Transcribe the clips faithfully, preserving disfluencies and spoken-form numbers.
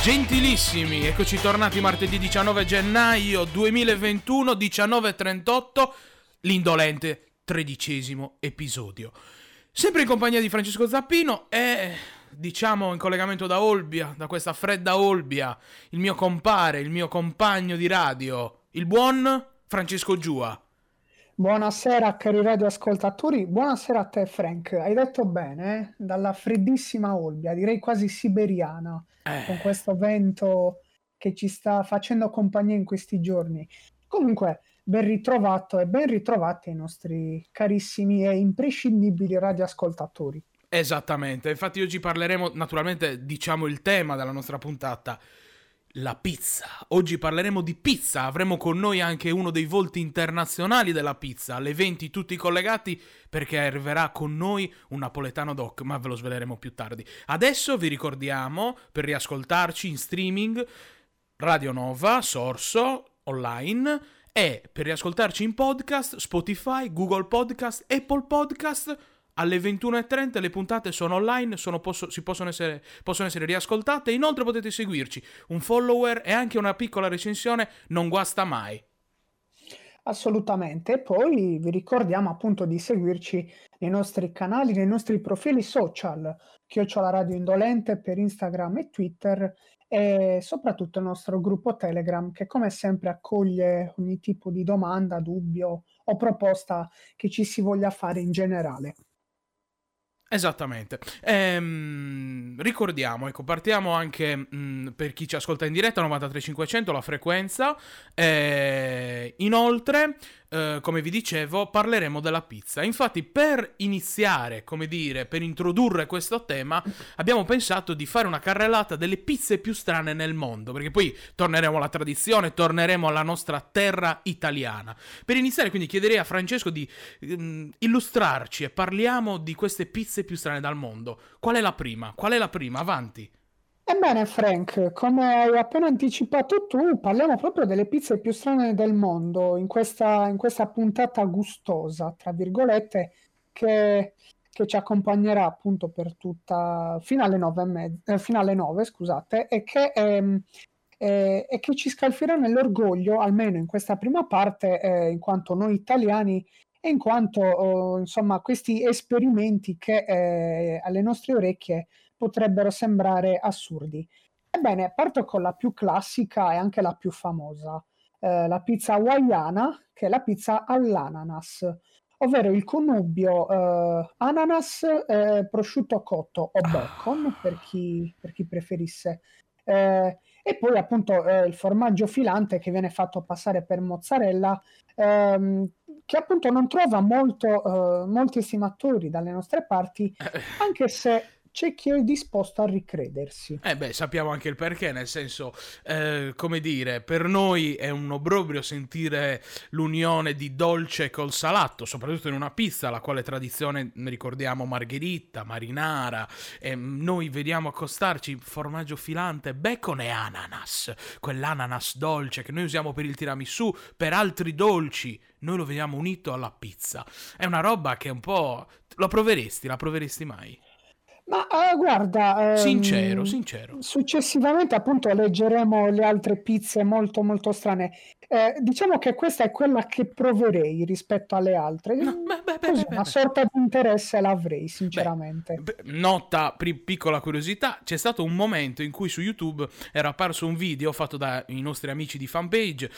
Gentilissimi, eccoci tornati martedì diciannove gennaio duemilaventuno, diciannove e trentotto, l'indolente tredicesimo episodio. Sempre in compagnia di Francesco Zappino e, diciamo, in collegamento da Olbia, da questa fredda Olbia, il mio compare, il mio compagno di radio, il buon Francesco Giua. Buonasera cari radioascoltatori, buonasera a te Frank, hai detto bene, eh? Dalla freddissima Olbia, direi quasi siberiana, Eh. con questo vento che ci sta facendo compagnia in questi giorni. Comunque, ben ritrovato e ben ritrovati ai nostri carissimi e imprescindibili radioascoltatori. Esattamente, infatti oggi parleremo, naturalmente diciamo il tema della nostra puntata, la pizza. Oggi parleremo di pizza, avremo con noi anche uno dei volti internazionali della pizza, alle venti tutti collegati perché arriverà con noi un napoletano doc, ma ve lo sveleremo più tardi. Adesso vi ricordiamo, per riascoltarci in streaming, Radio Nova, Sorso, online, e per riascoltarci in podcast, Spotify, Google Podcast, Apple Podcast. Alle ventuno e trenta le puntate sono online, sono posso, si possono essere, possono essere riascoltate. Inoltre potete seguirci, un follower e anche una piccola recensione non guasta mai. Assolutamente, e poi vi ricordiamo appunto di seguirci nei nostri canali, nei nostri profili social, Chiocciola Radio Indolente per Instagram e Twitter, e soprattutto il nostro gruppo Telegram che come sempre accoglie ogni tipo di domanda, dubbio o proposta che ci si voglia fare in generale. Esattamente. Ehm, ricordiamo, ecco, partiamo anche mh, per chi ci ascolta in diretta, novantatré cinquecento la frequenza. Eh, inoltre, eh, come vi dicevo, parleremo della pizza. Infatti, per iniziare, come dire, per introdurre questo tema, abbiamo pensato di fare una carrellata delle pizze più strane nel mondo, perché poi torneremo alla tradizione, torneremo alla nostra terra italiana. Per iniziare, quindi, chiederei a Francesco di mh, illustrarci e parliamo di queste pizze più strane dal mondo. Qual è la prima? Qual è la prima? Avanti. Ebbene Frank, come hai appena anticipato tu, parliamo proprio delle pizze più strane del mondo in questa, in questa puntata gustosa, tra virgolette, che, che ci accompagnerà appunto per tutta fino alle nove, e mezza, eh, fino alle nove, scusate, e che, ehm, eh, e che ci scalfirà nell'orgoglio, almeno in questa prima parte, eh, in quanto noi italiani e in quanto oh, insomma questi esperimenti che eh, alle nostre orecchie potrebbero sembrare assurdi. Ebbene, parto con la più classica e anche la più famosa, eh, la pizza hawaiana, che è la pizza all'ananas, ovvero il connubio eh, ananas, eh, prosciutto cotto o bacon, per chi, per chi preferisse. Eh, e poi appunto eh, il formaggio filante che viene fatto passare per mozzarella, ehm, che appunto non trova molto, eh, molti estimatori dalle nostre parti, anche se c'è chi è disposto a ricredersi. Eh beh, sappiamo anche il perché, nel senso, eh, come dire, per noi è un obbrobrio sentire l'unione di dolce col salato, soprattutto in una pizza, la quale tradizione, ne ricordiamo, margherita, marinara, e noi vediamo accostarci formaggio filante, bacon e ananas, quell'ananas dolce che noi usiamo per il tiramisù, per altri dolci, noi lo vediamo unito alla pizza. È una roba che un po'... La proveresti? La proveresti mai? Ma eh, guarda, ehm, Sincero, sincero. successivamente appunto leggeremo le altre pizze molto molto strane. Eh, diciamo che questa è quella che proverei rispetto alle altre. No, beh, beh, beh, Così, beh, una beh. sorta di interesse l'avrei, Beh, sinceramente. beh, nota, pri- piccola curiosità, c'è stato un momento in cui su YouTube era apparso un video fatto dai nostri amici di fanpage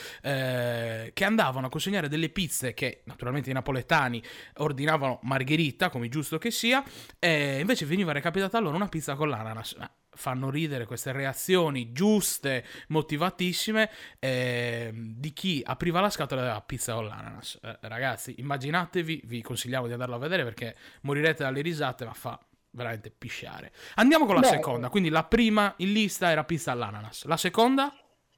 eh, che andavano a consegnare delle pizze che naturalmente i napoletani ordinavano margherita, come giusto che sia, e invece veniva recapitata a loro una pizza con l'ananas. Ma fanno ridere queste reazioni giuste, motivatissime, eh, di chi apriva la scatola della pizza con l'ananas. Eh, ragazzi, immaginatevi, vi consigliamo di andarlo a vedere perché morirete dalle risate, ma fa veramente pisciare. Andiamo con la Beh, seconda, quindi la prima in lista era pizza all'ananas. La seconda?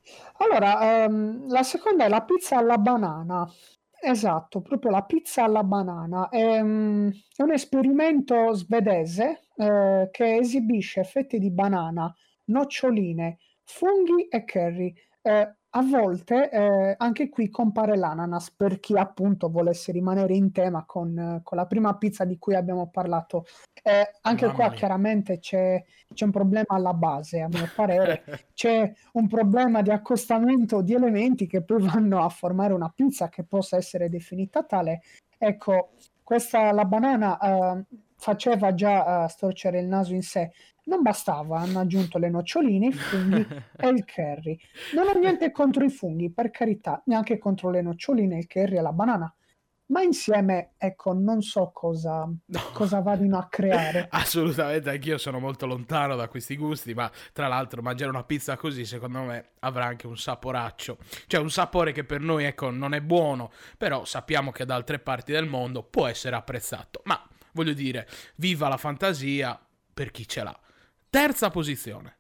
allora, ehm, la seconda è la pizza alla banana. Esatto, proprio la pizza alla banana. È, mm, è un esperimento svedese eh, che esibisce fette di banana, noccioline, funghi e curry. Eh, a volte eh, anche qui compare l'ananas per chi appunto volesse rimanere in tema con, eh, con la prima pizza di cui abbiamo parlato. Eh, anche Mamma qua mia. chiaramente c'è, c'è un problema alla base, a mio parere. C'è un problema di accostamento di elementi che poi vanno a formare una pizza che possa essere definita tale. Ecco, questa, la banana eh, faceva già eh, storcere il naso in sé. Non bastava, hanno aggiunto le noccioline, i funghi e il curry. Non ho niente contro i funghi, per carità, neanche contro le noccioline, il curry e la banana, ma insieme, ecco, non so cosa, No, cosa vadino a creare. assolutamente anch'io sono molto lontano da questi gusti, ma tra l'altro mangiare una pizza così secondo me avrà anche un saporaccio, cioè un sapore che per noi ecco non è buono, però sappiamo che da altre parti del mondo può essere apprezzato, ma voglio dire, viva la fantasia per chi ce l'ha. Terza posizione.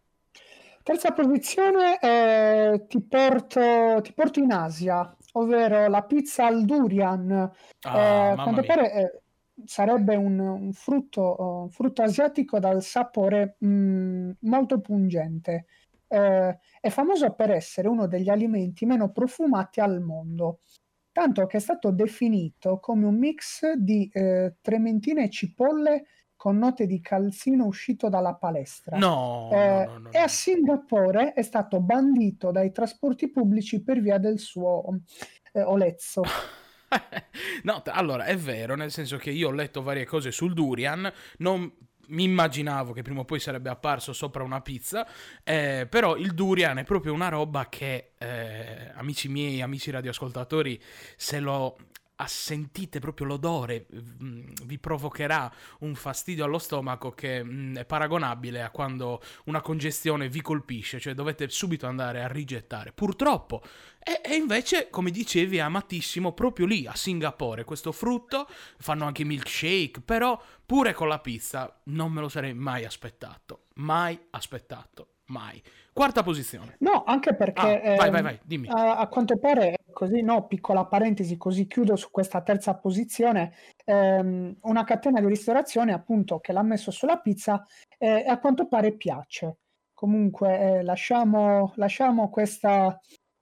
Terza posizione, eh, ti porto, ti porto in Asia, ovvero la pizza al durian. Eh, Ah, a mamma quanto mia. pare eh, sarebbe un, un frutto, un frutto asiatico dal sapore mm, molto pungente. Eh, è famoso per essere uno degli alimenti meno profumati al mondo, tanto che è stato definito come un mix di eh, trementine e cipolle con note di calzino uscito dalla palestra. No, no, Eh, no, no, e a no. Singapore è stato bandito dai trasporti pubblici per via del suo eh, olezzo. No, t- allora è vero, nel senso che io ho letto varie cose sul durian, non mi immaginavo che prima o poi sarebbe apparso sopra una pizza, eh, però il durian è proprio una roba che, eh, amici miei, amici radioascoltatori, se lo sentite proprio l'odore, mm, vi provocherà un fastidio allo stomaco che mm, è paragonabile a quando una congestione vi colpisce, cioè dovete subito andare a rigettare. Purtroppo. E, e invece, come dicevi, è amatissimo proprio lì a Singapore. Questo frutto fanno anche i milkshake, però pure con la pizza non me lo sarei mai aspettato. Mai aspettato. Mai. Quarta posizione. No, anche perché Ah, vai, vai, ehm, vai, dimmi. a, a quanto pare, così no, piccola parentesi, così chiudo su questa terza posizione, ehm, una catena di ristorazione appunto che l'ha messo sulla pizza eh, e a quanto pare piace. Comunque eh, lasciamo, lasciamo questa,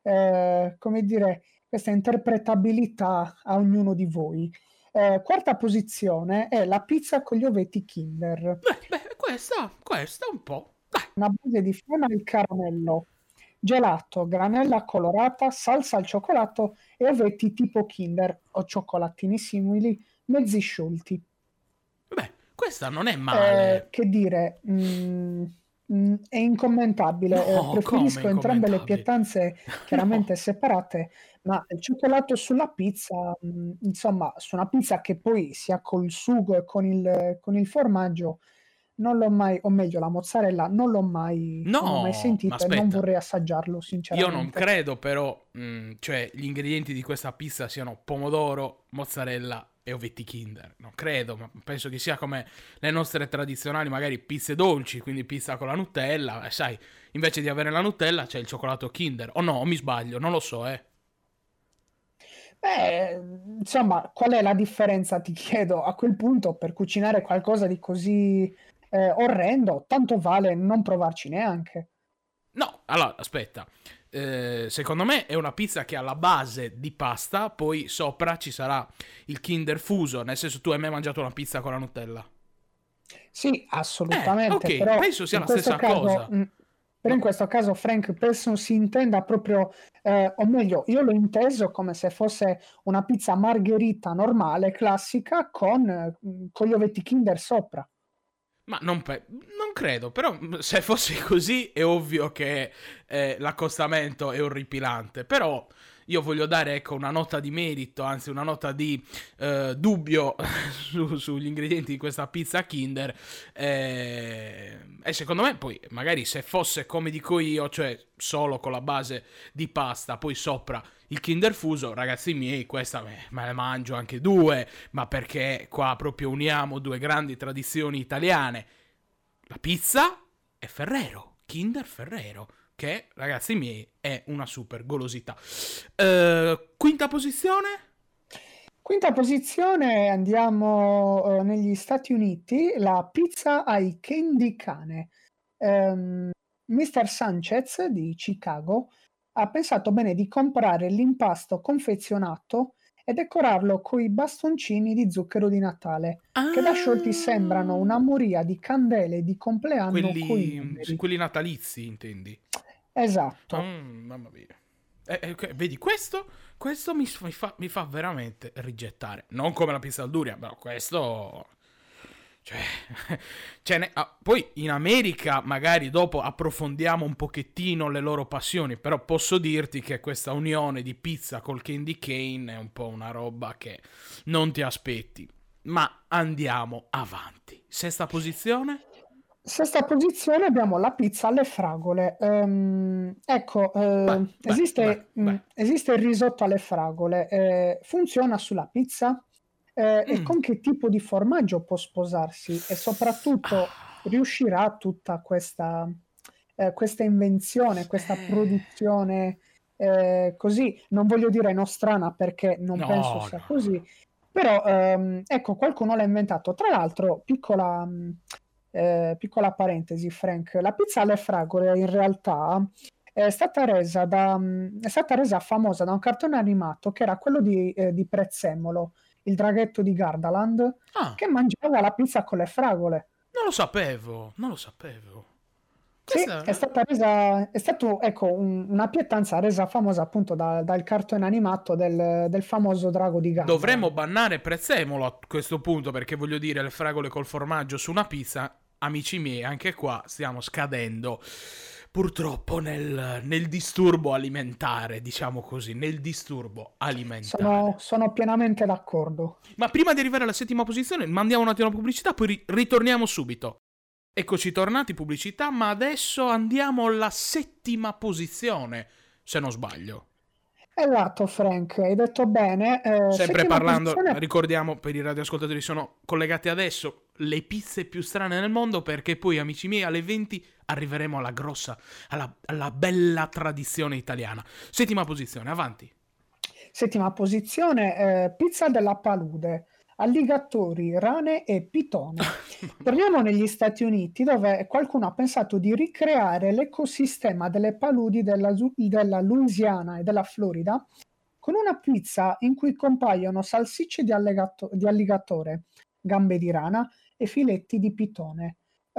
eh, come dire, questa interpretabilità a ognuno di voi. Eh, quarta posizione è la pizza con gli ovetti Kinder, Beh, beh, questa, questa un po'. Dai. una base di fieno al caramello, gelato, granella colorata, salsa al cioccolato e ovetti tipo Kinder o cioccolatini simili, mezzi sciolti. Beh, questa non è Eh, male. che dire, mm, mm, è incommentabile. Eh, No, come preferisco entrambe le incommentabile. pietanze No. chiaramente separate, ma il cioccolato sulla pizza, mm, insomma, su una pizza che poi sia col sugo e con il, con il formaggio, non l'ho mai, o meglio, la mozzarella, non l'ho mai, non l'ho mai No, ma sentito e non aspetta. vorrei assaggiarlo, Io non sinceramente. credo però, mh, cioè, gli ingredienti di questa pizza siano pomodoro, mozzarella e ovetti Kinder. Non credo, ma penso che sia come le nostre tradizionali, magari pizze dolci, quindi pizza con la Nutella. E sai, invece di avere la Nutella c'è il cioccolato Kinder. O no, o mi sbaglio, non lo so, eh. Beh, insomma, qual è la differenza, ti chiedo, a quel punto per cucinare qualcosa di così eh, orrendo, tanto vale non provarci neanche. No, allora, aspetta. Eh, secondo me è una pizza che ha la base di pasta, poi sopra ci sarà il Kinder fuso, nel senso tu hai mai mangiato una pizza con la Nutella? Sì, Eh, assolutamente, ok, però penso sia in la questo stessa caso, cosa. mh, però in No. questo caso, Frank, penso si intenda proprio, eh, o meglio, io l'ho inteso come se fosse una pizza margherita normale, classica, con, eh, con gli ovetti Kinder sopra. Ma non, pe- non credo, però mh, se fosse così è ovvio che eh, l'accostamento è orripilante, però io voglio dare ecco, una nota di merito, anzi una nota di eh, dubbio su- sugli ingredienti di questa pizza Kinder eh, e secondo me poi magari se fosse come dico io, cioè solo con la base di pasta, poi sopra il Kinder fuso, ragazzi miei, questa me, me ne mangio anche due, ma perché qua proprio uniamo due grandi tradizioni italiane, la pizza e Ferrero, Kinder Ferrero, che ragazzi miei è una super golosità. Eh, quinta posizione? Quinta posizione andiamo eh, negli Stati Uniti, la pizza ai candy cane. Ehm, mister Sanchez di Chicago ha pensato bene di comprare l'impasto confezionato e decorarlo coi bastoncini di zucchero di Natale, che da sciolti sembrano Ah, una moria di candele di compleanno coi quelli, numeri. quelli natalizi, intendi? Esatto. Mm, mamma mia. Eh, eh, ok, vedi, questo, questo mi, mi fa, mi fa veramente rigettare. Non come la pizza al durian, però questo... Cioè, ce n'è- ah, poi in America magari dopo approfondiamo un pochettino le loro passioni, però posso dirti che questa unione di pizza col candy cane è un po' una roba che non ti aspetti. Ma andiamo avanti. Sesta posizione? Sesta posizione abbiamo la pizza alle fragole. Ehm, ecco, Beh, eh, beh, beh, esiste, mh, beh. esiste il risotto alle fragole. Eh, funziona sulla pizza? Eh, e Mm. con che tipo di formaggio può sposarsi? E soprattutto Ah, riuscirà tutta questa, eh, questa invenzione, questa eh. produzione, eh, così, non voglio dire nostrana perché non penso No, no, sia no, così, però ehm, ecco, qualcuno l'ha inventato. Tra l'altro, piccola, mh, eh, piccola parentesi, Frank, la pizza alle fragole in realtà è stata resa, da, mh, è stata resa famosa da un cartone animato che era quello di, eh, di Prezzemolo, il draghetto di Gardaland, no. Ah, che mangiava la pizza con le fragole. non lo sapevo, non lo sapevo. Sì, Questa... è stata resa, è stato, ecco, un- una pietanza resa famosa appunto da- dal cartone animato del, del famoso drago di Dovremmo Gardaland. bannare Prezzemolo a questo punto, perché voglio dire, le fragole col formaggio su una pizza, amici miei, anche qua stiamo scadendo purtroppo nel, nel disturbo alimentare, diciamo così, nel disturbo Sono, alimentare. sono pienamente d'accordo. Ma prima di arrivare alla settima posizione, mandiamo un attimo la pubblicità, poi ri- ritorniamo subito. Eccoci tornati, pubblicità, ma adesso andiamo alla settima posizione, se non sbaglio. Esatto, Frank, hai detto bene. Eh, Sempre settima parlando, posizione. ricordiamo per i radioascoltatori che sono collegati adesso, le pizze più strane nel mondo, perché poi, amici miei, alle venti arriveremo alla grossa, alla, alla bella tradizione italiana. Settima posizione, avanti. Settima posizione, eh, pizza della palude, alligatori, rane e pitone. Mamma mia. Torniamo negli Stati Uniti dove qualcuno ha pensato di ricreare l'ecosistema delle paludi della, Zu- della Louisiana e della Florida con una pizza in cui compaiono salsicce di, allegato- di alligatore, gambe di rana e filetti di pitone.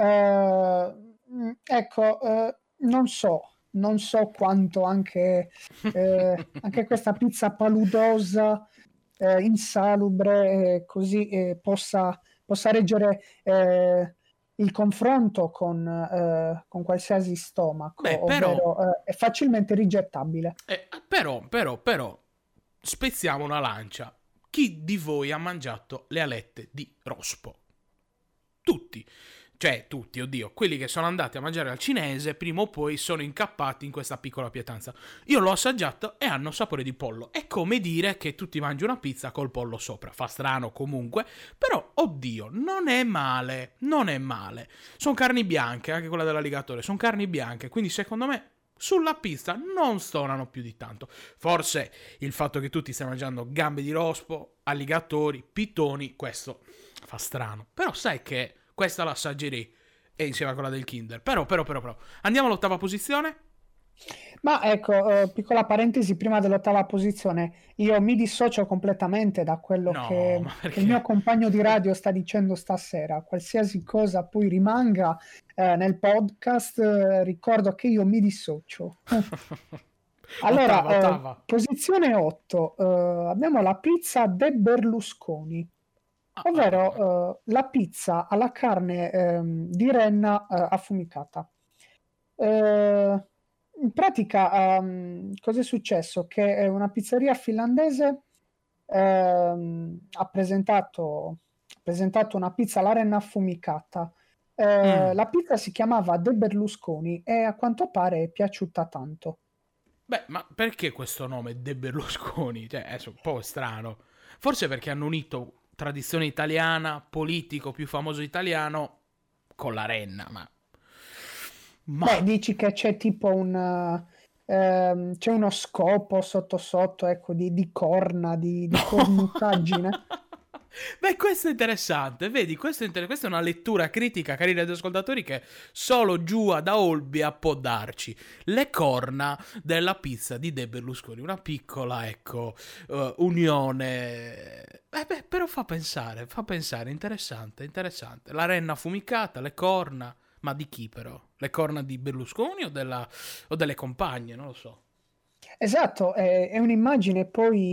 Eh, mm, ecco, eh, non so, non so quanto anche eh, anche questa pizza paludosa, eh, insalubre, eh, così eh, possa, possa reggere eh, il confronto con, eh, con qualsiasi Beh, stomaco, però, ovvero eh, è facilmente rigettabile. eh, però, però, però, spezziamo una lancia. Chi di voi ha mangiato le alette di rospo? Tutti. Cioè, tutti, oddio, quelli che sono andati a mangiare al cinese, prima o poi sono incappati in questa piccola pietanza. Io l'ho assaggiato e hanno sapore di pollo. È come dire che tu ti mangi una pizza col pollo sopra. Fa strano comunque, però, oddio, non è male, non è male. Sono carni bianche, anche quella dell'alligatore, sono carni bianche, quindi secondo me sulla pizza non stonano più di tanto. Forse il fatto che tu ti stai mangiando gambe di rospo, alligatori, pitoni, questo fa strano. Però sai che questa la assaggerei e insieme a quella del Kinder. Però, però, però, però. Andiamo all'ottava posizione. Ma ecco, eh, piccola parentesi prima dell'ottava posizione, io mi dissocio completamente da quello No, che, ma che il mio perché? compagno di radio sta dicendo stasera. Qualsiasi cosa poi rimanga eh, nel podcast, eh, ricordo che io mi dissocio. Allora, Ottava, eh, ottava. posizione otto, eh, abbiamo la pizza De Berlusconi, Ah, ah, ah, ah. ovvero eh, la pizza alla carne ehm, di renna eh, affumicata. Eh, In pratica, ehm, cosa è successo? Che eh, una pizzeria finlandese ehm, ha presentato, ha presentato una pizza alla renna affumicata. Eh, Mm. la pizza si chiamava De Berlusconi e a quanto pare è piaciuta tanto. Beh, ma perché questo nome De Berlusconi? Cioè, è un po' strano. Forse perché hanno unito tradizione italiana, politico più famoso italiano, con la renna, ma... Ma... Beh, dici che c'è tipo un, eh, ehm, c'è uno scopo sotto sotto, ecco, di, di corna, di, di cornucaggine. Beh, questo è interessante, vedi, questo è inter- questa è una lettura critica, cari radioascoltatori, che solo Giua da Olbia può darci. Le corna della pizza di De Berlusconi, una piccola, ecco, uh, unione... Eh beh, però fa pensare, fa pensare, interessante, interessante. La renna affumicata, le corna, ma di chi però? Le corna di Berlusconi o, della, o delle compagne, non lo so. Esatto, è, è un'immagine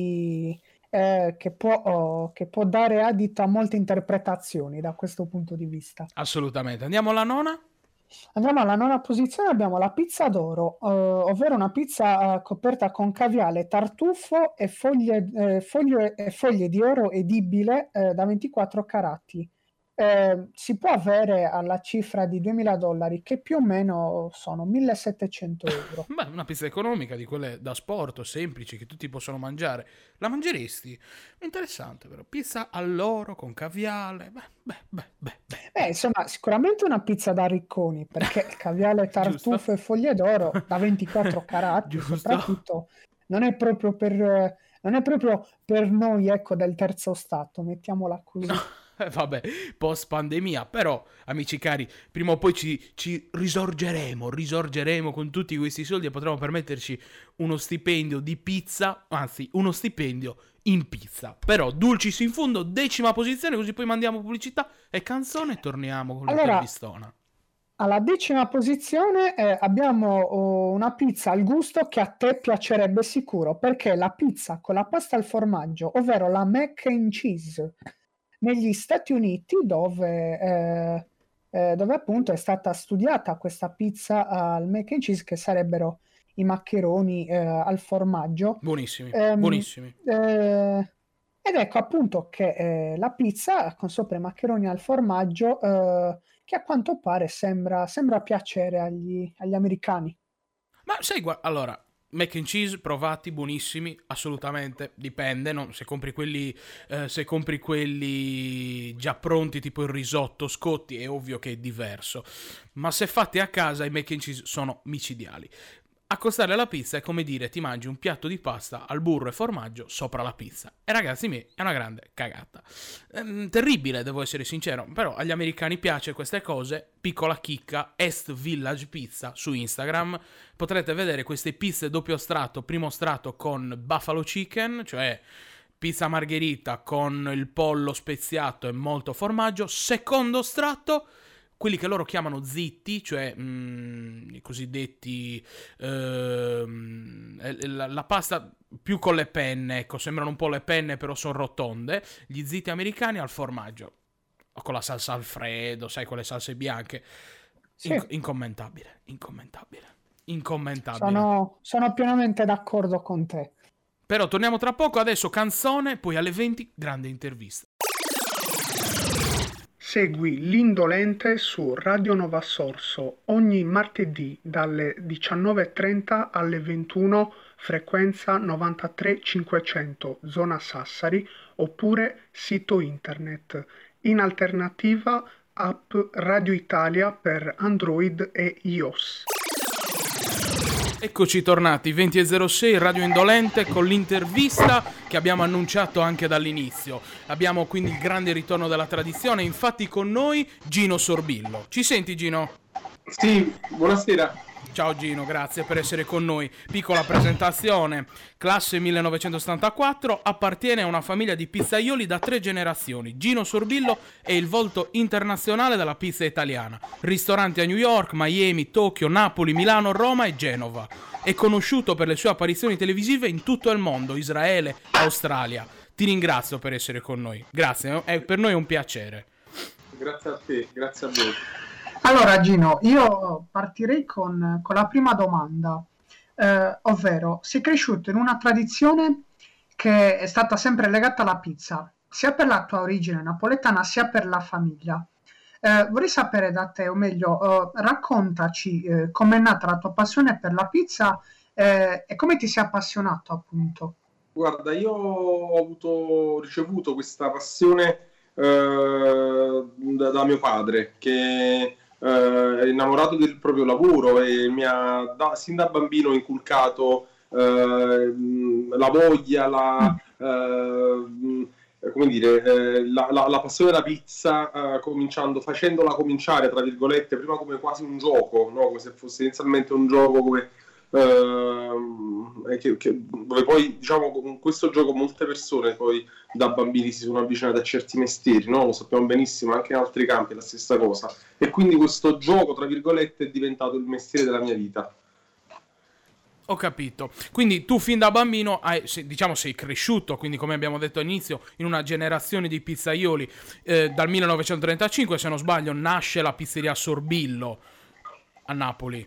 poi eh, che può, oh, che può dare adito a molte interpretazioni da questo punto di vista. Assolutamente. Andiamo alla nona? Andiamo alla nona posizione, abbiamo la pizza d'oro, eh, ovvero una pizza eh, coperta con caviale, tartufo e foglie, eh, foglie- e foglie di oro edibile eh, da ventiquattro carati. Eh, si può avere alla cifra di duemila dollari, che più o meno sono millesettecento euro. Beh, una pizza economica di quelle da sport, semplici, che tutti possono mangiare. La mangeresti? Interessante, però. Pizza all'oro con caviale. Beh, beh, beh, beh, beh. Eh, insomma, sicuramente una pizza da ricconi, perché caviale, Giusto? tartufo e foglie d'oro da ventiquattro carati, Giusto? soprattutto, non è proprio per, non è proprio per noi, ecco, del terzo stato, mettiamola così. Eh, Vabbè, post pandemia, però, amici cari, prima o poi ci, ci risorgeremo, risorgeremo con tutti questi soldi e potremo permetterci uno stipendio di pizza, anzi, uno stipendio in pizza. Però, dulcis in fondo, decima posizione, così poi mandiamo pubblicità e canzone e torniamo con Allora, l'intervistona. alla decima posizione eh, abbiamo oh, una pizza al gusto che a te piacerebbe sicuro, perché è la pizza con la pasta al formaggio, ovvero la mac and cheese, negli Stati Uniti, dove, eh, eh, dove appunto è stata studiata questa pizza al mac and cheese, che sarebbero i maccheroni eh, al formaggio. Buonissimi, Ehm, buonissimi. eh, ed ecco appunto che eh, la pizza con sopra i maccheroni al formaggio, eh, che a quanto pare sembra, sembra piacere agli, agli americani. Ma sai, gua- allora, mac and cheese provati, buonissimi, assolutamente, dipende, no? Se compri quelli, eh, se compri quelli già pronti, tipo il risotto Scotti, è ovvio che è diverso. Ma se fatti a casa, i mac and cheese sono micidiali. Accostare la pizza è come dire ti mangi un piatto di pasta al burro e formaggio sopra la pizza. E ragazzi miei, è una grande cagata. Ehm, terribile, devo essere sincero, però agli americani piace queste cose. Piccola chicca, Est Village Pizza su Instagram. Potrete vedere queste pizze doppio strato, primo strato con buffalo chicken, cioè pizza margherita con il pollo speziato e molto formaggio. Secondo strato, quelli che loro chiamano zitti, cioè mm, i cosiddetti ehm, eh, la, la pasta più con le penne, ecco, sembrano un po' le penne però sono rotonde, gli zitti americani al formaggio o con la salsa alfredo, sai, quelle salse bianche. Sì, Inc- incommentabile, incommentabile, incommentabile. sono, sono pienamente d'accordo con te. Però torniamo tra poco, adesso canzone, poi alle venti grande intervista. Segui l'Indolente su Radio Nova Sorso ogni martedì dalle diciannove e trenta alle ventuno, frequenza novantatré cinquecento, zona Sassari, oppure sito internet. In alternativa app Radio Italia per Android e iOS. Eccoci tornati, venti e zero sei, Radio Indolente, con l'intervista che abbiamo annunciato anche dall'inizio. Abbiamo quindi il grande ritorno della tradizione, infatti con noi Gino Sorbillo. Ci senti, Gino? Sì, buonasera. Ciao Gino, grazie per essere con noi. Piccola presentazione, classe millenovecentosettantaquattro, appartiene a una famiglia di pizzaioli da tre generazioni. Gino Sorbillo è il volto internazionale della pizza italiana. Ristoranti a New York, Miami, Tokyo, Napoli, Milano, Roma e Genova. È conosciuto per le sue apparizioni televisive in tutto il mondo, Israele, Australia. Ti ringrazio per essere con noi. Grazie, è, per noi è un piacere. Grazie a te, grazie a voi. Allora Gino, io partirei con, con la prima domanda, eh, ovvero sei cresciuto in una tradizione che è stata sempre legata alla pizza, sia per la tua origine napoletana sia per la famiglia. Eh, vorrei sapere da te, o meglio, eh, raccontaci eh, com'è nata la tua passione per la pizza eh, e come ti sei appassionato appunto. Guarda, io ho avuto, ho ricevuto questa passione eh, da, da mio padre, che eh, è innamorato del proprio lavoro e mi ha da, sin da bambino inculcato eh, la voglia, la, eh, eh, come dire, eh, la, la, la passione della pizza, eh, cominciando, facendola cominciare, tra virgolette, prima come quasi un gioco, no? Come se fosse inizialmente un gioco, come, eh, che, che, dove poi, diciamo, con questo gioco molte persone poi da bambini si sono avvicinate a certi mestieri, no? Lo sappiamo benissimo, anche in altri campi è la stessa cosa. E quindi questo gioco, tra virgolette, è diventato il mestiere della mia vita. Ho capito. Quindi tu fin da bambino hai, diciamo, sei cresciuto, quindi come abbiamo detto all'inizio, in una generazione di pizzaioli. Eh, dal millenovecentotrentacinque, se non sbaglio, nasce la pizzeria Sorbillo a Napoli.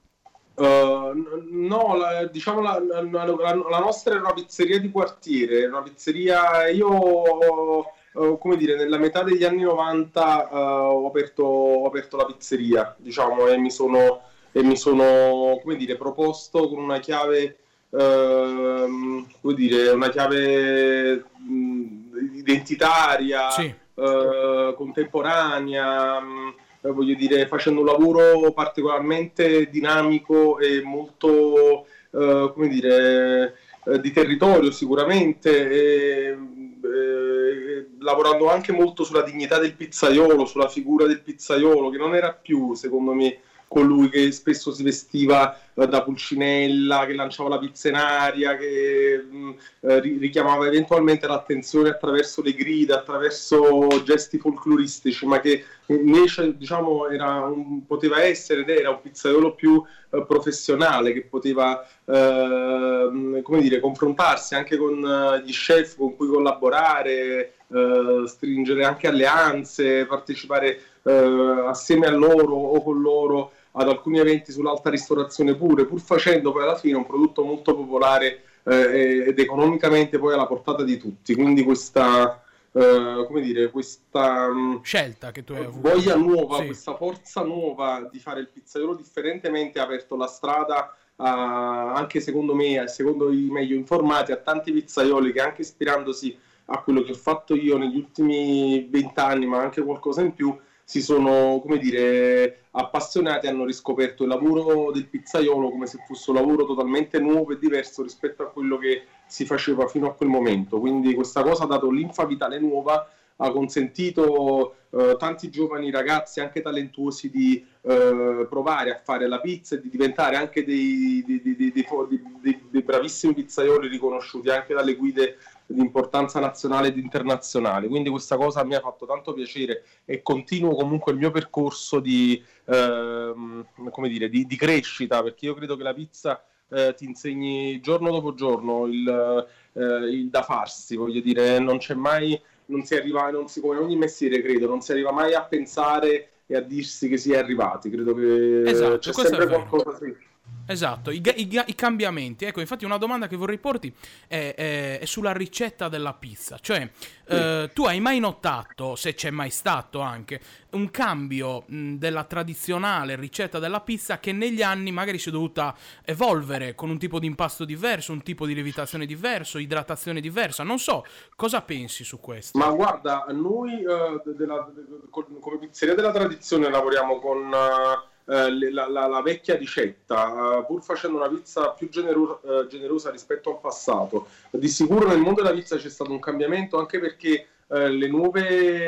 Uh, no, la, diciamo la, la, la, la nostra è una pizzeria di quartiere, una pizzeria, io uh, come dire, nella metà degli anni novanta uh, ho, aperto, ho aperto la pizzeria, diciamo, e mi sono, e mi sono come dire, proposto con una chiave, uh, come dire, una chiave mh, identitaria, sì. uh, contemporanea, mh, voglio dire, facendo un lavoro particolarmente dinamico e molto, eh, come dire, eh, di territorio sicuramente, e, eh, lavorando anche molto sulla dignità del pizzaiolo, sulla figura del pizzaiolo, che non era più, secondo me, colui che spesso si vestiva eh, da Pulcinella, che lanciava la pizza in aria, che mh, eh, richiamava eventualmente l'attenzione attraverso le grida, attraverso gesti folcloristici, ma che invece, diciamo, era un, poteva essere ed era un pizzaiolo più eh, professionale, che poteva eh, come dire, confrontarsi anche con uh, gli chef con cui collaborare, eh, stringere anche alleanze, partecipare eh, assieme a loro o con loro ad alcuni eventi sull'alta ristorazione pure, pur facendo poi alla fine un prodotto molto popolare eh, ed economicamente poi alla portata di tutti. Quindi questa, eh, come dire, questa um, scelta che tu hai avuto, voglia nuova, sì. Questa forza nuova di fare il pizzaiolo differentemente ha aperto la strada a, anche secondo me, secondo i meglio informati, a tanti pizzaioli che, anche ispirandosi a quello che ho fatto io negli ultimi vent'anni, ma anche qualcosa in più, si sono, come dire, appassionati e hanno riscoperto il lavoro del pizzaiolo come se fosse un lavoro totalmente nuovo e diverso rispetto a quello che si faceva fino a quel momento. Quindi questa cosa ha dato linfa vitale nuova, ha consentito eh, tanti giovani ragazzi, anche talentuosi, di eh, provare a fare la pizza e di diventare anche dei, dei, dei, dei, dei, dei, dei bravissimi pizzaioli riconosciuti anche dalle guide di importanza nazionale ed internazionale. Quindi questa cosa mi ha fatto tanto piacere e continuo comunque il mio percorso di, ehm, come dire, di, di crescita, perché io credo che la pizza eh, ti insegni giorno dopo giorno il, eh, il da farsi, voglio dire, non c'è mai, non si arriva, non si, come ogni mestiere credo, non si arriva mai a pensare e a dirsi che si è arrivati, credo che esatto, c'è sempre qualcosa sì. Esatto, I, i, i cambiamenti. Ecco, infatti una domanda che vorrei porti è, è, è sulla ricetta della pizza. Cioè, sì. eh, tu hai mai notato, se c'è mai stato anche, un cambio mh, della tradizionale ricetta della pizza che negli anni magari si è dovuta evolvere con un tipo di impasto diverso, un tipo di lievitazione diverso, idratazione diversa? Non so, cosa pensi su questo? Ma guarda, noi eh, della, come pizzeria della tradizione lavoriamo con... Uh, La, la, la vecchia ricetta, pur facendo una pizza più genero, eh, generosa rispetto al passato. Di sicuro nel mondo della pizza c'è stato un cambiamento, anche perché eh, le nuove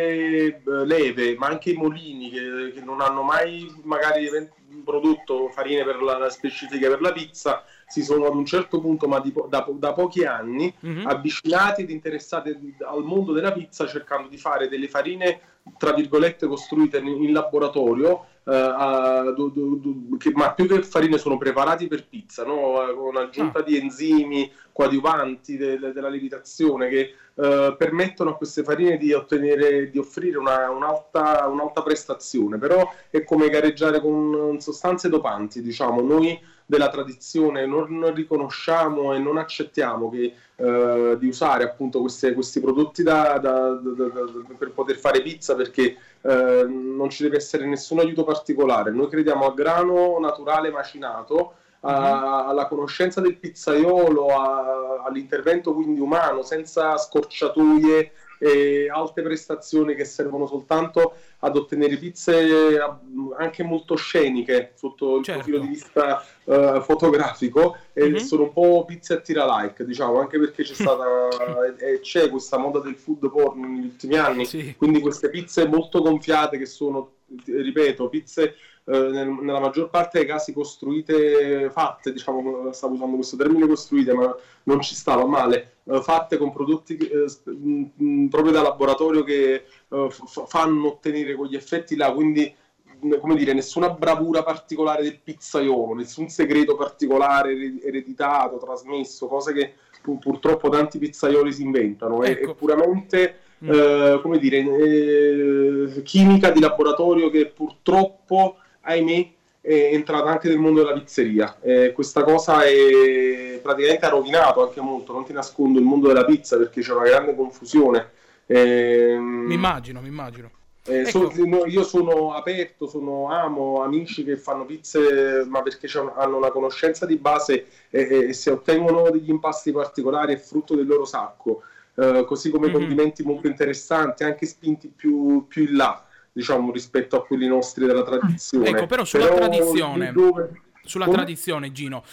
eh, leve, ma anche i molini che, che non hanno mai magari prodotto farine per la, la specifica per la pizza, si sono ad un certo punto, ma di, da, da pochi anni, mm-hmm. avvicinati ed interessati al mondo della pizza, cercando di fare delle farine, tra virgolette, costruite in, in laboratorio, Uh, uh, do, do, do, che, ma più che farine sono preparati per pizza, no? Con aggiunta ah. di enzimi coadiuvanti de, de, della lievitazione che uh, permettono a queste farine di ottenere, di offrire una, un'alta, un'alta prestazione, però è come gareggiare con sostanze dopanti, diciamo. Noi della tradizione non riconosciamo e non accettiamo che, uh, di usare appunto queste, questi prodotti da, da, da, da, per poter fare pizza, perché Uh, non ci deve essere nessun aiuto particolare. Noi crediamo al grano naturale macinato, a, mm-hmm. alla conoscenza del pizzaiolo, a, all'intervento quindi umano, senza scorciatoie e alte prestazioni che servono soltanto ad ottenere pizze anche molto sceniche sotto il certo. profilo di vista uh, uh, fotografico e Mhm. sono un po' pizza e tira like, diciamo, anche perché c'è stata e c'è questa moda del food porn negli ultimi anni, Sì. quindi queste pizze molto gonfiate che sono, ripeto, pizze eh, nel- nella maggior parte dei casi costruite, fatte, diciamo, stavo usando questo termine costruite, ma non ci stava male, eh, fatte con prodotti eh, sp- mh, mh, proprio da laboratorio che eh, f- fanno ottenere quegli effetti là, quindi mh, come dire, nessuna bravura particolare del pizzaiolo, nessun segreto particolare ered- ereditato, trasmesso, cose che pu- purtroppo tanti pizzaioli si inventano, è, è Ecco. puramente Mm. eh, come dire, eh, chimica di laboratorio che purtroppo, ahimè, è entrata anche nel mondo della pizzeria. Eh, questa cosa è praticamente ha rovinato anche molto, non ti nascondo, il mondo della pizza perché c'è una grande confusione. Ehm, Mi immagino, mi immagino. eh, so- Ecco, no, io sono aperto, sono, amo amici che fanno pizze, ma perché c'è un- hanno una conoscenza di base e, e- e se ottengono degli impasti particolari è frutto del loro sacco. Eh, così come Mhm. condimenti molto interessanti, anche spinti più, più in là, diciamo, rispetto a quelli nostri della tradizione. ecco, però sulla Però tradizione, dove... sulla Come? tradizione, Gino,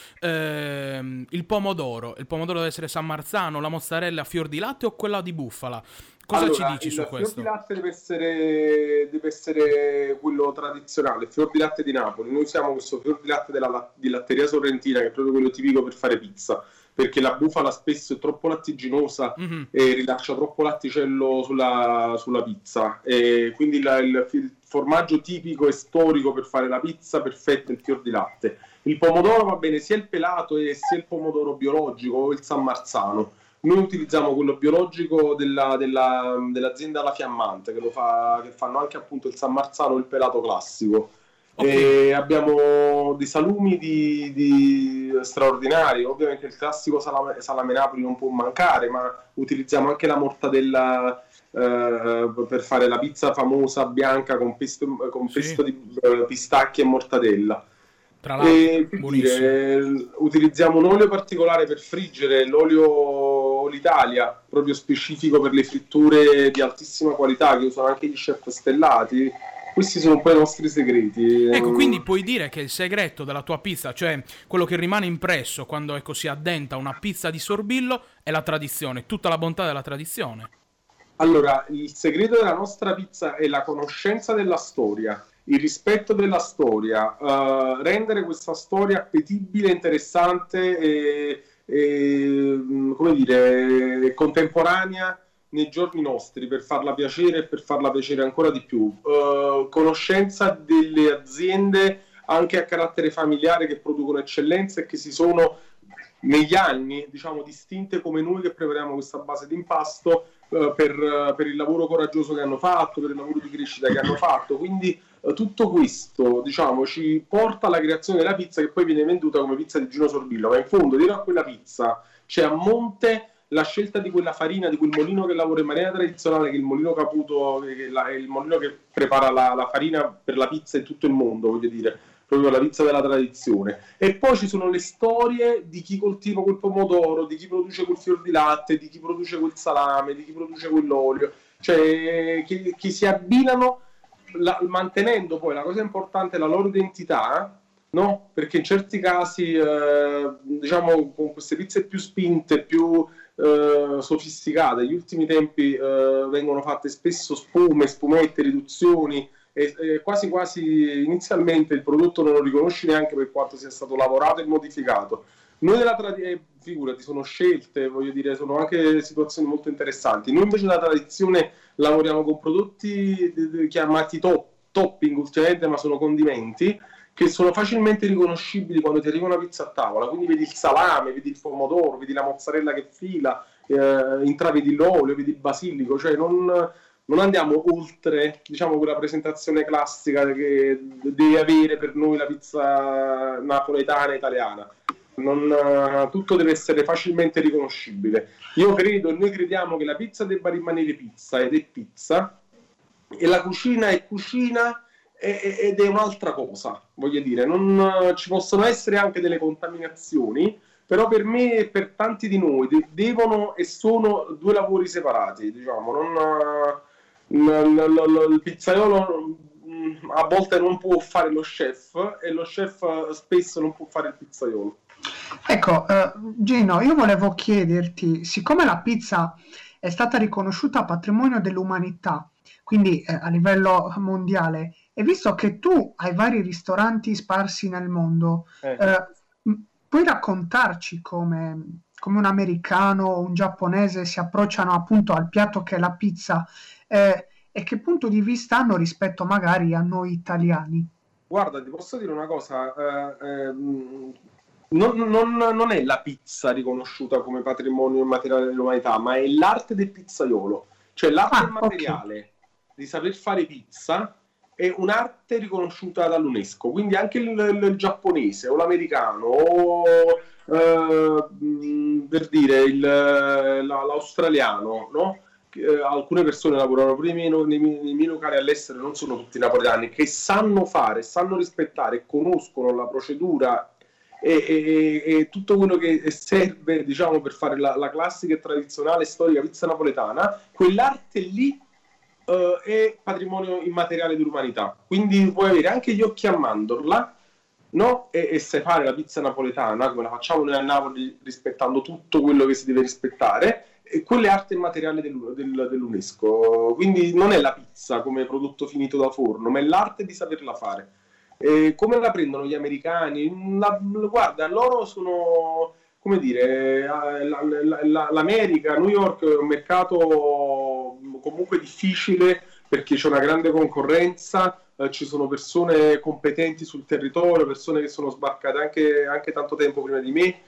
ehm, il pomodoro, il pomodoro deve essere San Marzano, la mozzarella a fior di latte o quella di bufala? Cosa ci Allora, dici il su fior di questo? latte deve essere, deve essere quello tradizionale, il fior di latte di Napoli. Noi usiamo questo fior di latte della la- di latteria sorrentina, che è proprio quello tipico per fare pizza, perché la bufala spesso è troppo lattiginosa Mhm. e rilascia troppo latticello sulla, sulla pizza. E quindi la- il, il formaggio tipico e storico per fare la pizza perfetta è il fior di latte. Il pomodoro va bene sia il pelato e sia il pomodoro biologico o il San Marzano. Noi utilizziamo quello biologico della- della- dell'azienda La Fiammante, che, lo fa, che fanno anche appunto il San Marzano e il pelato classico. Ok, E abbiamo dei salumi di, di straordinari, ovviamente il classico salame, salame Napoli non può mancare, ma utilizziamo anche la mortadella eh, per fare la pizza famosa bianca con pesto, con sì, pesto di eh, pistacchi e mortadella. tra l'altro, E che buonissimo. dire, utilizziamo un olio particolare per friggere, l'olio Olitalia, proprio specifico per le fritture di altissima qualità che usano anche gli chef stellati. Questi sono un po' i nostri segreti. Ecco, quindi puoi dire che il segreto della tua pizza, cioè quello che rimane impresso quando ecco, si addenta una pizza di sorbillo, è la tradizione, tutta la bontà della tradizione. Allora, il segreto della nostra pizza è la conoscenza della storia, il rispetto della storia, eh, rendere questa storia appetibile, interessante e, e, mh, come dire, contemporanea nei giorni nostri per farla piacere e per farla piacere ancora di più. Eh, conoscenza delle aziende anche a carattere familiare che producono eccellenza e che si sono negli anni, diciamo, distinte come noi che prepariamo questa base di impasto eh, per, per il lavoro coraggioso che hanno fatto, per il lavoro di crescita che hanno fatto. Quindi eh, tutto questo, diciamo, ci porta alla creazione della pizza che poi viene venduta come pizza di Gino Sorbillo, ma in fondo dietro a quella pizza c'è a monte la scelta di quella farina, di quel molino che lavora in maniera tradizionale, che è il molino Caputo, che è, la- è il molino che prepara la, la farina per la pizza in tutto il mondo, voglio dire, proprio la pizza della tradizione. E poi ci sono le storie di chi coltiva quel pomodoro, di chi produce quel fior di latte, di chi produce quel salame, di chi produce quell'olio, cioè che, che si abbinano la- mantenendo poi la cosa importante, la loro identità, no? Perché in certi casi, eh, diciamo, con queste pizze più spinte, più eh, sofisticate, negli ultimi tempi eh, vengono fatte spesso spume, spumette, riduzioni e, e quasi quasi inizialmente il prodotto non lo riconosci neanche per quanto sia stato lavorato e modificato. Noi della tradizione, figurati, sono scelte, voglio dire, sono anche situazioni molto interessanti. Noi invece della tradizione lavoriamo con prodotti de- de- chiamati top, topping ultimamente, ma sono condimenti che sono facilmente riconoscibili quando ti arriva una pizza a tavola. Quindi vedi il salame, vedi il pomodoro, vedi la mozzarella che fila, eh, intravedi l'olio, vedi il basilico, cioè non, non andiamo oltre, diciamo, quella presentazione classica che deve avere per noi la pizza napoletana italiana. Non, eh, tutto deve essere facilmente riconoscibile. Io credo e noi crediamo che la pizza debba rimanere pizza ed è pizza e la cucina è cucina e- ed è un'altra cosa, voglio dire, non, ci possono essere anche delle contaminazioni, però per me e per tanti di noi de- devono e sono due lavori separati, diciamo, non, n- n- l- l- il pizzaiolo mh, a volte non può fare lo chef e lo chef spesso non può fare il pizzaiolo. Ecco, eh, Gino, io volevo chiederti, siccome la pizza è stata riconosciuta patrimonio dell'umanità, quindi eh, a livello mondiale, e visto che tu hai vari ristoranti sparsi nel mondo, Eh. eh, m- puoi raccontarci come, come un americano o un giapponese si approcciano appunto al piatto che è la pizza, eh, e che punto di vista hanno rispetto magari a noi italiani? Guarda, ti posso dire una cosa, eh, ehm, non, non- non è la pizza riconosciuta come patrimonio immateriale dell'umanità, ma è l'arte del pizzaiolo, cioè l'arte Ah, ok. immateriale di saper fare pizza è un'arte riconosciuta dall'UNESCO, quindi anche il, il giapponese o l'americano o eh, mh, per dire il- la- l'australiano, no? Che, eh, alcune persone lavorano pure nei miei, nei miei- nei miei locali all'estero, non sono tutti napoletani, che sanno fare, sanno rispettare e conoscono la procedura e, e- e tutto quello che serve, diciamo, per fare la, la classica e tradizionale storica pizza napoletana. Quell'arte lì eh, è patrimonio immateriale dell'umanità, quindi puoi avere anche gli occhi a mandorla, no? E, e sai fare la pizza napoletana come la facciamo noi a Napoli, rispettando tutto quello che si deve rispettare, e quella è arte immateriale dell'U- del- dell'UNESCO, quindi non è la pizza come prodotto finito da forno, ma è l'arte di saperla fare. E come la prendono gli americani? La- guarda, loro sono, come dire, eh, la- la- la- l'America, New York è un mercato comunque difficile perché c'è una grande concorrenza, eh, ci sono persone competenti sul territorio, persone che sono sbarcate anche, anche tanto tempo prima di me,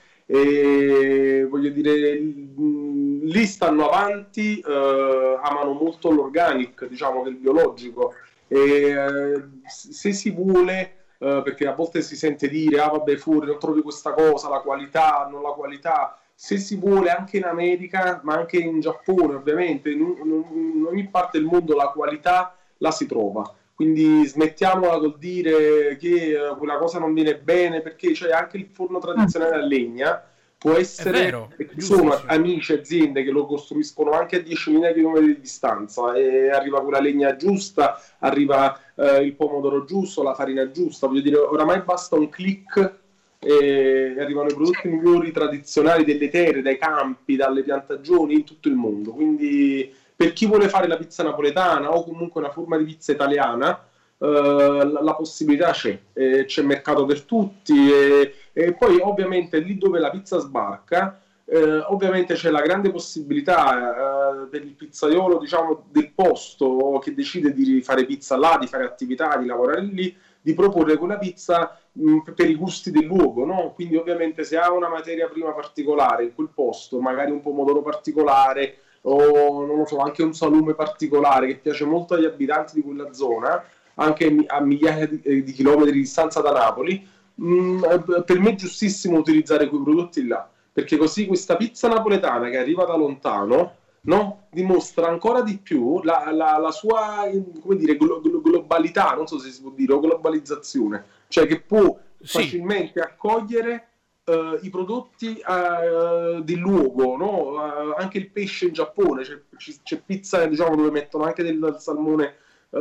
e voglio dire, mh, lì stanno avanti, eh, amano molto l'organic, diciamo che il biologico, e eh, se si vuole, eh, perché a volte si sente dire, ah vabbè, fuori non trovi questa cosa, la qualità, non la qualità, se si vuole anche in America, ma anche in Giappone ovviamente, in, in- in ogni parte del mondo la qualità la si trova. Quindi smettiamola col dire che eh, quella cosa non viene bene, perché c'è anche il forno tradizionale a legna, può essere, vero, e ci giusto, sono sì. amici, aziende che lo costruiscono anche a diecimila chilometri di distanza e arriva quella legna giusta, arriva eh, il pomodoro giusto, la farina giusta, voglio dire, oramai basta un click e arrivano i prodotti migliori tradizionali delle terre, dai campi, dalle piantagioni in tutto il mondo. Quindi per chi vuole fare la pizza napoletana o comunque una forma di pizza italiana, eh, la, la possibilità c'è, eh, c'è mercato per tutti e, e poi ovviamente lì dove la pizza sbarca, eh, ovviamente c'è la grande possibilità eh, per il pizzaiolo, diciamo, del posto che decide di fare pizza là, di fare attività, di lavorare lì, di proporre quella pizza mh, per i gusti del luogo, no? Quindi ovviamente se ha una materia prima particolare in quel posto, magari un pomodoro particolare o non lo so, anche un salume particolare che piace molto agli abitanti di quella zona, anche a migliaia di, eh, di chilometri di distanza da Napoli, mh, per me è giustissimo utilizzare quei prodotti là, perché così questa pizza napoletana che arriva da lontano, no? Dimostra ancora di più la, la, la sua, come dire, glo- glo- globalità, non so se si può dire, o globalizzazione, cioè che può Sì. facilmente accogliere eh, i prodotti eh, del luogo, no? Eh, anche il pesce in Giappone, c'è, c'è pizza, diciamo, dove mettono anche del, del salmone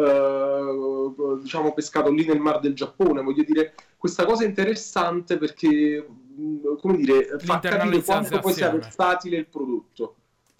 eh, diciamo pescato lì nel mar del Giappone. Voglio dire, questa cosa è interessante perché, mh, come dire, fa capire quanto poi sia versatile il prodotto.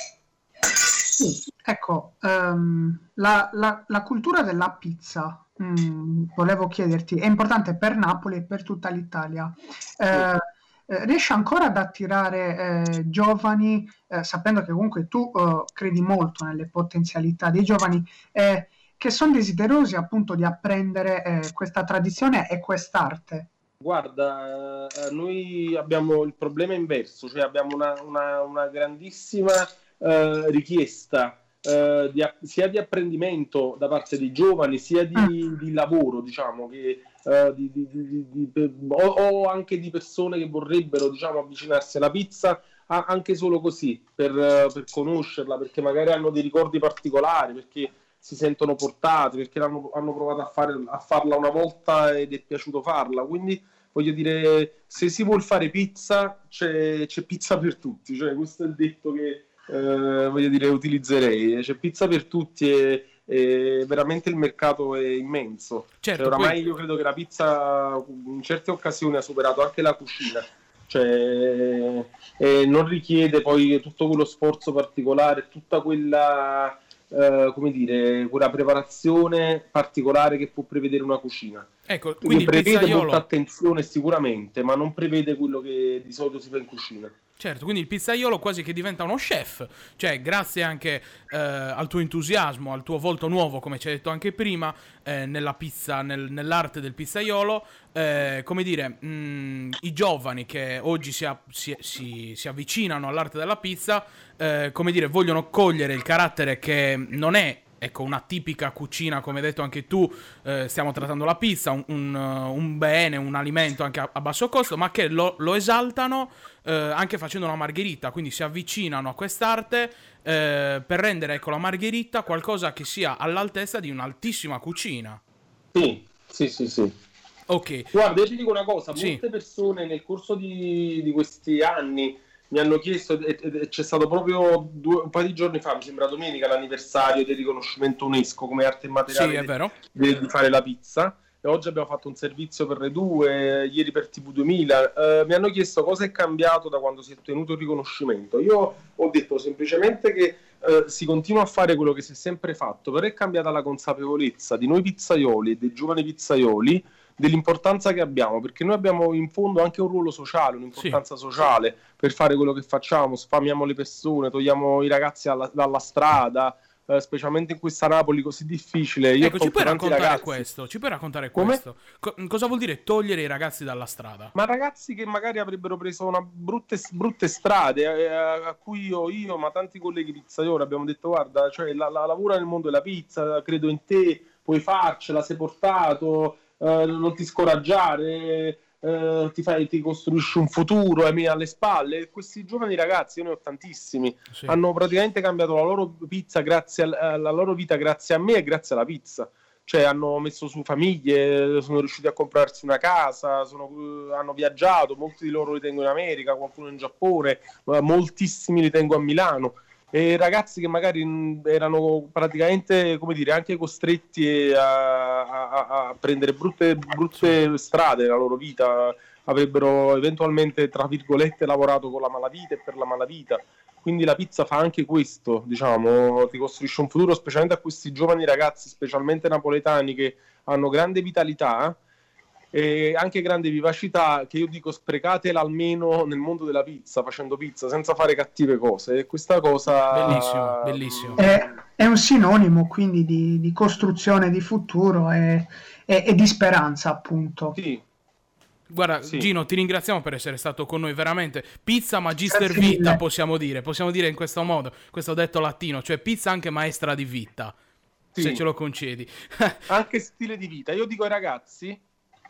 Sì, ecco, ehm, la, la- la cultura della pizza, mm, volevo chiederti, è importante per Napoli e per tutta l'Italia. Eh, eh, riesce ancora ad attirare eh, giovani, eh, sapendo che comunque tu eh, credi molto nelle potenzialità dei giovani, eh, che sono desiderosi appunto di apprendere eh, questa tradizione e quest'arte? Guarda, eh, noi abbiamo il problema inverso, cioè abbiamo una, una- una grandissima eh, richiesta eh, di app- sia di apprendimento da parte dei giovani, sia di, di lavoro, diciamo, che, eh, di- di- di- di- di- o, o anche di persone che vorrebbero, diciamo, avvicinarsi alla pizza, a- anche solo così, per, eh, per conoscerla, perché magari hanno dei ricordi particolari, perché si sentono portati, perché hanno, hanno provato a, fare, a farla una volta ed è piaciuto farla. Quindi voglio dire, se si vuol fare pizza, c'è, c'è pizza per tutti, cioè questo è il detto che eh, voglio dire utilizzerei, c'è pizza per tutti e, e veramente il mercato è immenso. Certo, cioè, oramai poi... io credo che la pizza in certe occasioni ha superato anche la cucina, cioè eh, non richiede poi tutto quello sforzo particolare, tutta quella eh, come dire, quella preparazione particolare che può prevedere una cucina. Ecco, quindi che prevede pizzaiolo... molta attenzione sicuramente, ma non prevede quello che di solito si fa in cucina. Certo, quindi il pizzaiolo quasi che diventa uno chef, cioè grazie anche eh, al tuo entusiasmo, al tuo volto nuovo, come ci hai detto anche prima, eh, nella pizza, nel, nell'arte del pizzaiolo, eh, come dire, mh, i giovani che oggi si, a, si, si, si avvicinano all'arte della pizza, eh, come dire, vogliono cogliere il carattere che non è, ecco, una tipica cucina, come hai detto anche tu, eh, stiamo trattando la pizza, un, un, un bene, un alimento anche a, a basso costo, ma che lo, lo esaltano eh, anche facendo una margherita, quindi si avvicinano a quest'arte eh, per rendere, ecco, la margherita qualcosa che sia all'altezza di un'altissima cucina. Sì, sì, sì, sì. Ok. Guarda, io ti dico una cosa, Sì. molte persone nel corso di, di questi anni mi hanno chiesto, e, e, c'è stato proprio due, un paio di giorni fa, mi sembra domenica, l'anniversario del riconoscimento UNESCO come arte immateriale Sì, è vero. di, di fare la pizza, e oggi abbiamo fatto un servizio per le due, ieri per T V duemila, eh, mi hanno chiesto cosa è cambiato da quando si è ottenuto il riconoscimento. Io ho detto semplicemente che eh, si continua a fare quello che si è sempre fatto, però è cambiata la consapevolezza di noi pizzaioli e dei giovani pizzaioli dell'importanza che abbiamo, perché noi abbiamo in fondo anche un ruolo sociale, un'importanza sì. sociale per fare quello che facciamo, sfamiamo le persone, togliamo i ragazzi alla, dalla strada, eh, specialmente in questa Napoli così difficile. Io ecco, ci puoi raccontare ragazzi... questo? Ci puoi raccontare Come? questo? Co- cosa vuol dire togliere i ragazzi dalla strada? Ma ragazzi che magari avrebbero preso una brutte, brutte strade, eh, a cui io, io, ma tanti colleghi pizzaioli abbiamo detto: guarda, cioè la, la lavora nel mondo della pizza, credo in te, puoi farcela, sei portato. Uh, non ti scoraggiare, uh, ti, fai, ti costruisci un futuro, hai alle spalle. E questi giovani ragazzi, io ne ho tantissimi, sì. hanno praticamente cambiato la loro pizza grazie a, la loro vita grazie a me e grazie alla pizza. Cioè hanno messo su famiglie, sono riusciti a comprarsi una casa, sono, uh, hanno viaggiato, molti di loro li tengo in America, qualcuno in Giappone, uh, moltissimi li tengo a Milano. E ragazzi che magari erano praticamente, come dire, anche costretti a, a, a prendere brutte, brutte strade nella loro vita, avrebbero eventualmente, tra virgolette, lavorato con la malavita e per la malavita. Quindi la pizza fa anche questo, diciamo, ti costruisce un futuro, specialmente a questi giovani ragazzi, specialmente napoletani, che hanno grande vitalità e anche grande vivacità, che io dico sprecatela almeno nel mondo della pizza, facendo pizza senza fare cattive cose. E questa cosa bellissimo, bellissimo. È, è un sinonimo quindi di, di costruzione di futuro e, e, e di speranza, appunto. Sì. Guarda, sì. Gino, ti ringraziamo per essere stato con noi, veramente. Pizza magister Grazie vita, mille. possiamo dire, possiamo dire in questo modo, questo detto latino, cioè pizza anche maestra di vita, sì. se ce lo concedi. Anche stile di vita. Io dico ai ragazzi: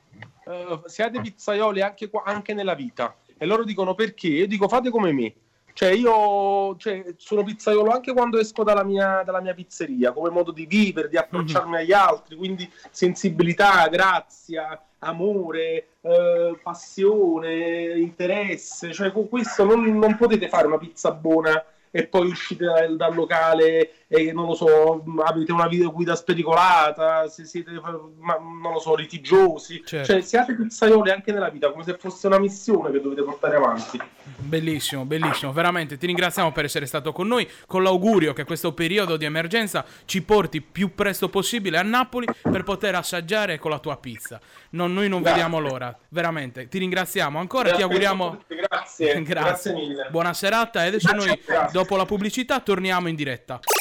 Uh, siate pizzaioli anche, qua, anche nella vita. E loro dicono: perché? Io dico: fate come me. Cioè io cioè, sono pizzaiolo anche quando esco dalla mia, dalla mia pizzeria, come modo di vivere, di approcciarmi mm-hmm. agli altri, quindi sensibilità, grazia, amore, eh, passione, interesse. Cioè con questo non, non potete fare una pizza buona e poi uscite dal, dal locale e non lo so, avete una vita guida spericolata, se siete, ma, non lo so, litigiosi. Certo. Cioè siate pizzaioli anche nella vita, come se fosse una missione che dovete portare avanti. Bellissimo, bellissimo, veramente ti ringraziamo per essere stato con noi, con l'augurio che questo periodo di emergenza ci porti più presto possibile a Napoli per poter assaggiare con la tua pizza. Non, noi non Grazie. vediamo l'ora, veramente ti ringraziamo ancora. Grazie, ti auguriamo Grazie. Grazie. Grazie mille. Buona serata e adesso Grazie. noi dopo la pubblicità torniamo in diretta.